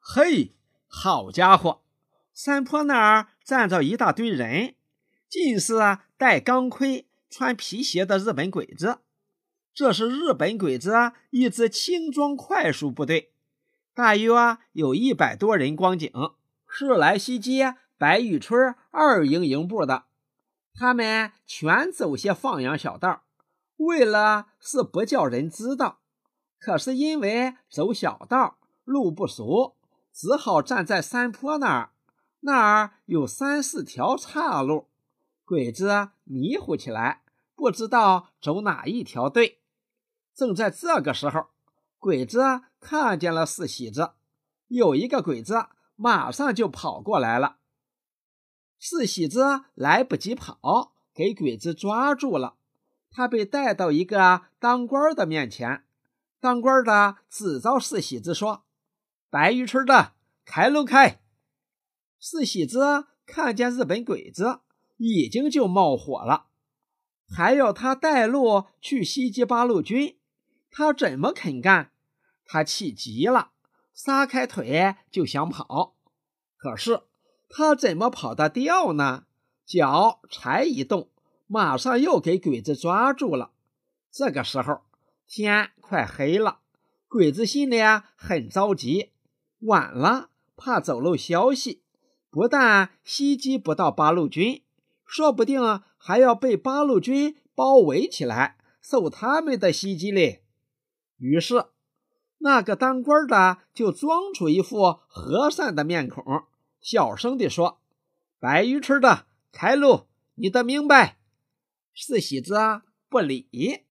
嘿，好家伙！山坡那儿站着一大堆人，尽是戴钢盔、穿皮鞋的日本鬼子。这是日本鬼子一支轻装快速部队，大约有100多人光景，是来袭击白玉村2营营部的。他们全走些放羊小道，为了是不叫人知道，可是因为走小道路不熟，只好站在山坡那儿。那儿有3、4条岔路，鬼子迷糊起来，不知道走哪一条对。正在这个时候，鬼子看见了四喜子，有一个鬼子马上就跑过来了。四喜子来不及跑，给鬼子抓住了。他被带到一个当官的面前，当官的指着四喜子说：“白玉村的，开路开！”四喜子看见日本鬼子，已经就冒火了，还要他带路去袭击八路军，他怎么肯干？他气急了，撒开腿就想跑，可是他怎么跑得掉呢？脚才一动，马上又给鬼子抓住了。这个时候天快黑了，鬼子心里很着急，晚了怕走漏消息，不但袭击不到八路军，说不定还要被八路军包围起来，受他们的袭击嘞。于是那个当官的就装出一副和善的面孔，小声地说：“白玉村的，开路，你得明白。”四喜子不理。